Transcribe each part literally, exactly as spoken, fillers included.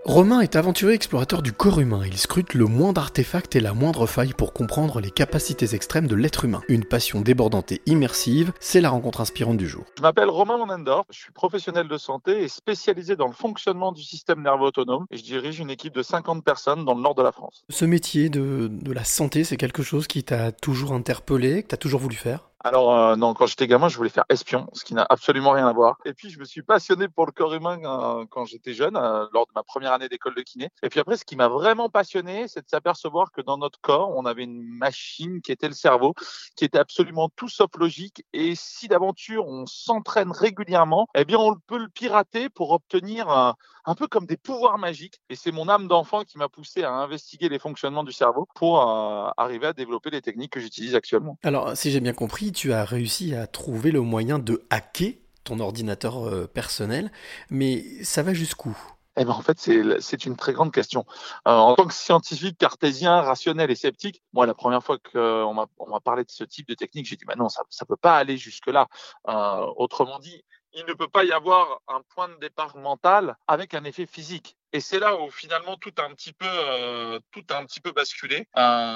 Romain est aventurier explorateur du corps humain. Il scrute le moindre artefact et la moindre faille pour comprendre les capacités extrêmes de l'être humain. Une passion débordante et immersive, c'est la rencontre inspirante du jour. Je m'appelle Romain Monendorf, je suis professionnel de santé et spécialisé dans le fonctionnement du système nerveux autonome et je dirige une équipe de cinquante personnes dans le nord de la France. Ce métier de, de la santé, c'est quelque chose qui t'a toujours interpellé, que t'as toujours voulu faire ? Alors euh, non, quand j'étais gamin, je voulais faire espion, ce qui n'a absolument rien à voir. Et puis je me suis passionné pour le corps humain euh, quand j'étais jeune, euh, lors de ma première année d'école de kiné. Et puis après, ce qui m'a vraiment passionné, c'est de s'apercevoir que dans notre corps, on avait une machine qui était le cerveau, qui était absolument tout sauf logique. Et si d'aventure on s'entraîne régulièrement, eh bien on peut le pirater pour obtenir un, un peu comme des pouvoirs magiques. Et c'est mon âme d'enfant qui m'a poussé à investiguer les fonctionnements du cerveau pour euh, arriver à développer les techniques que j'utilise actuellement. Alors, si j'ai bien compris, tu as réussi à trouver le moyen de hacker ton ordinateur euh, personnel, mais ça va jusqu'où ? Eh ben en fait, c'est, c'est une très grande question. Euh, en tant que scientifique cartésien, rationnel et sceptique, moi, la première fois qu'on m'a, on m'a parlé de ce type de technique, j'ai dit, bah non, ça ne peut pas aller jusque-là. Euh, autrement dit, il ne peut pas y avoir un point de départ mental avec un effet physique. Et c'est là où finalement tout a un petit peu, euh, tout a un petit peu basculé. Euh,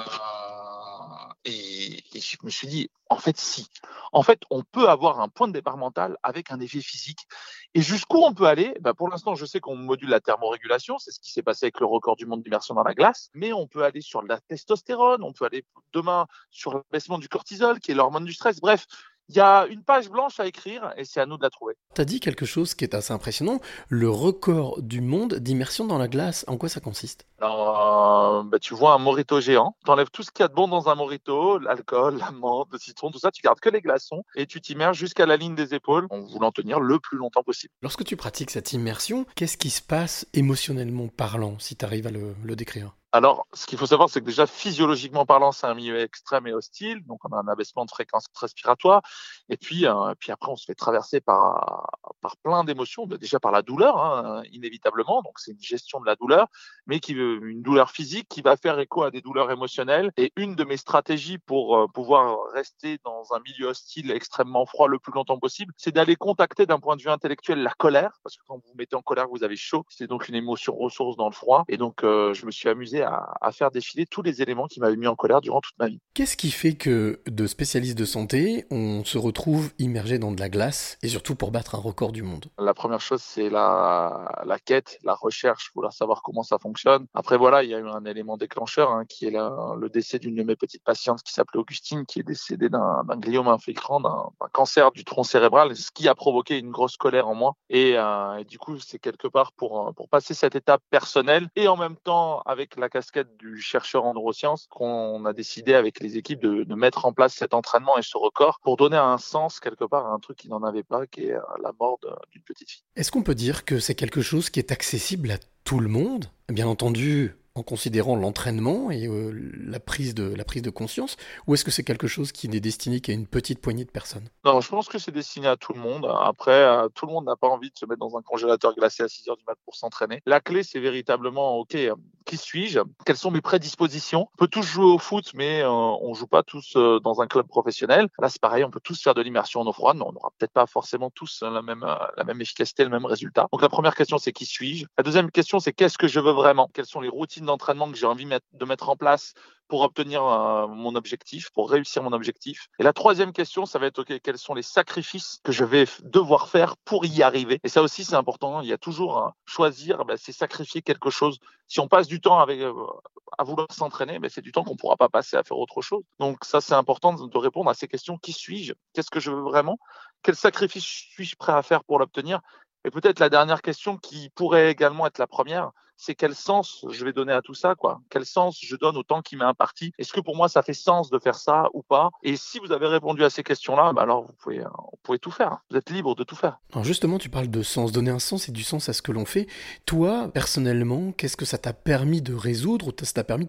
et, et je me suis dit, en fait, si. En fait, on peut avoir un point de départ mental avec un effet physique. Et jusqu'où on peut aller ? Ben pour l'instant, je sais qu'on module la thermorégulation. C'est ce qui s'est passé avec le record du monde d'immersion dans la glace. Mais on peut aller sur la testostérone. On peut aller demain sur l'abaissement du cortisol, qui est l'hormone du stress. Bref. Il y a une page blanche à écrire et c'est à nous de la trouver. Tu as dit quelque chose qui est assez impressionnant, le record du monde d'immersion dans la glace. En quoi ça consiste ? Alors, euh, bah, tu vois un mojito géant, tu enlèves tout ce qu'il y a de bon dans un mojito, l'alcool, la menthe, le citron, tout ça, tu gardes que les glaçons et tu t'immerges jusqu'à la ligne des épaules en voulant tenir le plus longtemps possible. Lorsque tu pratiques cette immersion, qu'est-ce qui se passe émotionnellement parlant, si tu arrives à le, le décrire ? Alors, ce qu'il faut savoir, c'est que déjà, physiologiquement parlant, c'est un milieu extrême et hostile. Donc, on a un abaissement de fréquence respiratoire. Et puis, euh, puis après, on se fait traverser par, par plein d'émotions. Déjà par la douleur, hein, inévitablement. Donc, c'est une gestion de la douleur, mais qui, une douleur physique qui va faire écho à des douleurs émotionnelles. Et une de mes stratégies pour euh, pouvoir rester dans un milieu hostile extrêmement froid le plus longtemps possible, c'est d'aller contacter d'un point de vue intellectuel la colère. Parce que quand vous vous mettez en colère, vous avez chaud. C'est donc une émotion ressource dans le froid. Et donc, euh, je me suis amusé À, à faire défiler tous les éléments qui m'avaient mis en colère durant toute ma vie. Qu'est-ce qui fait que, de spécialistes de santé, on se retrouve immergé dans de la glace, et surtout pour battre un record du monde ? La première chose, c'est la, la quête, la recherche, vouloir savoir comment ça fonctionne. Après, voilà, il y a eu un élément déclencheur, hein, qui est la, le décès d'une de mes petites patientes qui s'appelait Augustine, qui est décédée d'un, d'un gliome infiltrant, d'un, d'un cancer du tronc cérébral, ce qui a provoqué une grosse colère en moi. Et, euh, et du coup, c'est quelque part pour, pour passer cette étape personnelle et en même temps, avec la casquette du chercheur en neurosciences, qu'on a décidé avec les équipes de, de mettre en place cet entraînement et ce record pour donner un sens quelque part à un truc qui n'en avait pas, qui est la mort de, d'une petite fille. Est-ce qu'on peut dire que c'est quelque chose qui est accessible à tout le monde ? Bien entendu, en considérant l'entraînement et euh, la, prise de, la prise de conscience, ou est-ce que c'est quelque chose qui n'est destiné qu'à une petite poignée de personnes ? Non, je pense que c'est destiné à tout le monde. Après, euh, tout le monde n'a pas envie de se mettre dans un congélateur glacé à six heures du mat pour s'entraîner. La clé, c'est véritablement, ok, euh, qui suis-je ? Quelles sont mes prédispositions ? On peut tous jouer au foot, mais euh, on joue pas tous euh, dans un club professionnel. Là, c'est pareil, on peut tous faire de l'immersion en eau froide, mais on n'aura peut-être pas forcément tous la même, euh, la même efficacité, le même résultat. Donc la première question, c'est qui suis-je ? La deuxième question, c'est qu'est-ce que je veux vraiment ? Quelles sont les routines d'entraînement que j'ai envie de mettre en place pour obtenir euh, mon objectif, pour réussir mon objectif. Et la troisième question, ça va être, OK, quels sont les sacrifices que je vais f- devoir faire pour y arriver ? Et ça aussi, c'est important. Il y a toujours un choisir, ben, c'est sacrifier quelque chose. Si on passe du temps avec, euh, à vouloir s'entraîner, ben, c'est du temps qu'on ne pourra pas passer à faire autre chose. Donc ça, c'est important de, de répondre à ces questions. Qui suis-je ? Qu'est-ce que je veux vraiment ? Quel sacrifice suis-je prêt à faire pour l'obtenir ? Et peut-être la dernière question qui pourrait également être la première, c'est quel sens je vais donner à tout ça, quoi. Quel sens je donne au temps qui m'est imparti ? Est-ce que pour moi, ça fait sens de faire ça ou pas ? Et si vous avez répondu à ces questions-là, bah alors vous pouvez, euh, vous pouvez tout faire. Vous êtes libre de tout faire. Alors justement, tu parles de sens, donner un sens et du sens à ce que l'on fait. Toi, personnellement, qu'est-ce que ça t'a permis de résoudre ou ça t'a permis de comprendre ?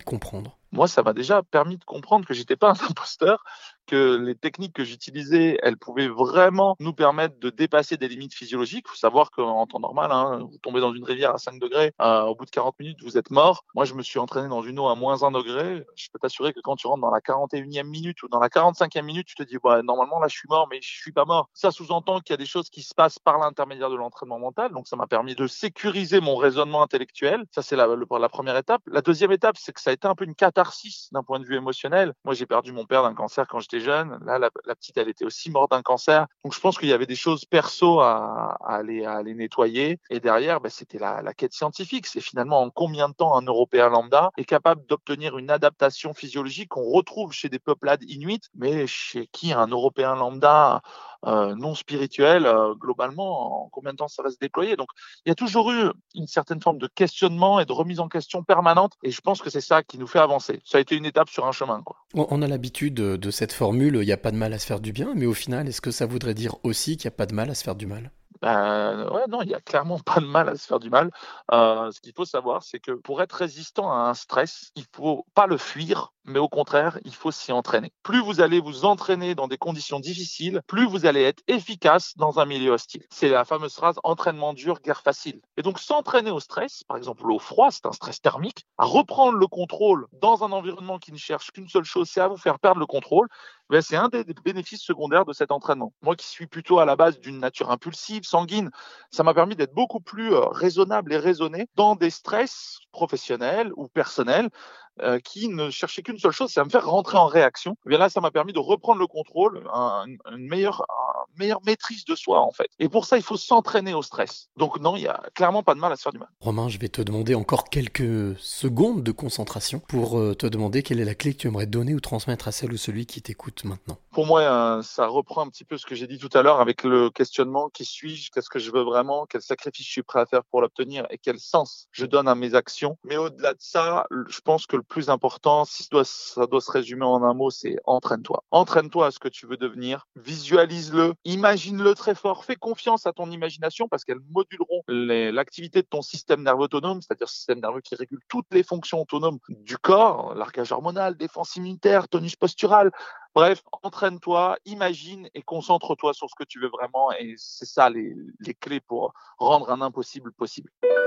Moi, ça m'a déjà permis de comprendre que j'étais pas un imposteur, que les techniques que j'utilisais, elles pouvaient vraiment nous permettre de dépasser des limites physiologiques. Il faut savoir qu'en temps normal, hein, vous tombez dans une rivière à cinq degrés, euh, au bout de quarante minutes, vous êtes mort. Moi, je me suis entraîné dans une eau à moins un degré. Je peux t'assurer que quand tu rentres dans la quarante et unième minute ou dans la quarante-cinquième minute, tu te dis, bah, normalement, là, je suis mort, mais je suis pas mort. Ça sous-entend qu'il y a des choses qui se passent par l'intermédiaire de l'entraînement mental. Donc, ça m'a permis de sécuriser mon raisonnement intellectuel. Ça, c'est la, le- la première étape. La deuxième étape, c'est que ça a été un peu une catharsis d'un point de vue émotionnel. Moi, j'ai perdu mon père d'un cancer quand j'étais jeune. Là, la, la petite, elle était aussi morte d'un cancer. Donc, je pense qu'il y avait des choses perso à, à, aller, à aller nettoyer. Et derrière, ben, c'était la, la quête scientifique. C'est finalement en combien de temps un Européen lambda est capable d'obtenir une adaptation physiologique qu'on retrouve chez des peuplades inuites, mais chez qui un Européen lambda euh, non spirituel, euh, globalement, en combien de temps ça va se déployer. Donc, il y a toujours eu une certaine forme de questionnement et de remise en question permanente. Et je pense que c'est ça qui nous fait avancer. Ça a été une étape sur un chemin, quoi. On on a l'habitude de de cette formule, il n'y a pas de mal à se faire du bien, mais au final, est-ce que ça voudrait dire aussi qu'il n'y a pas de mal à se faire du mal? Ben, ouais, non, il y a clairement pas de mal à se faire du mal. Heu, ce qu'il faut savoir, c'est que pour être résistant à un stress, il faut pas le fuir, mais au contraire, il faut s'y entraîner. Plus vous allez vous entraîner dans des conditions difficiles, plus vous allez être efficace dans un milieu hostile. C'est la fameuse phrase: «Entraînement dur, guerre facile» et donc s'entraîner au stress, par exemple au froid, c'est un stress thermique, à reprendre le contrôle dans un environnement qui ne cherche qu'une seule chose, c'est à vous faire perdre le contrôle, ben, c'est un des des bénéfices secondaires de cet entraînement. Moi qui suis plutôt à la base d'une nature impulsive, sanguine, ça m'a permis d'être beaucoup plus euh, raisonnable et raisonné dans des stress professionnels ou personnels euh, qui ne cherchaient qu'une seule chose, c'est à me faire rentrer en réaction. Et bien là, ça m'a permis de reprendre le contrôle, un- une meilleure, une meilleure maîtrise de soi en fait. Et pour ça, il faut s'entraîner au stress. Donc non, il y a clairement pas de mal à se faire du mal. Romain, je vais te demander encore quelques secondes de concentration pour euh, te demander quelle est la clé que tu aimerais donner ou transmettre à celle ou celui qui t'écoute maintenant. Pour moi, euh, ça reprend un petit peu ce que j'ai dit tout à l'heure avec le questionnement: qui suis-je, qu'est-ce que je veux vraiment, quel sacrifice je suis prêt à faire pour l'obtenir et quel sens je donne à mes actions. Mais au-delà de ça, je pense que le plus important, si ça doit, ça doit se résumer en un mot, c'est entraîne-toi. Entraîne-toi à ce que tu veux devenir, visualise-le, imagine-le très fort, fais confiance à ton imagination parce qu'elles moduleront les- l'activité de ton système nerveux autonome, c'est-à-dire ce système nerveux qui régule toutes les fonctions autonomes du corps, largage hormonal, défense immunitaire, tonus postural. Bref, entraîne-toi, imagine et concentre-toi sur ce que tu veux vraiment. Et c'est ça les, les clés pour rendre un impossible possible.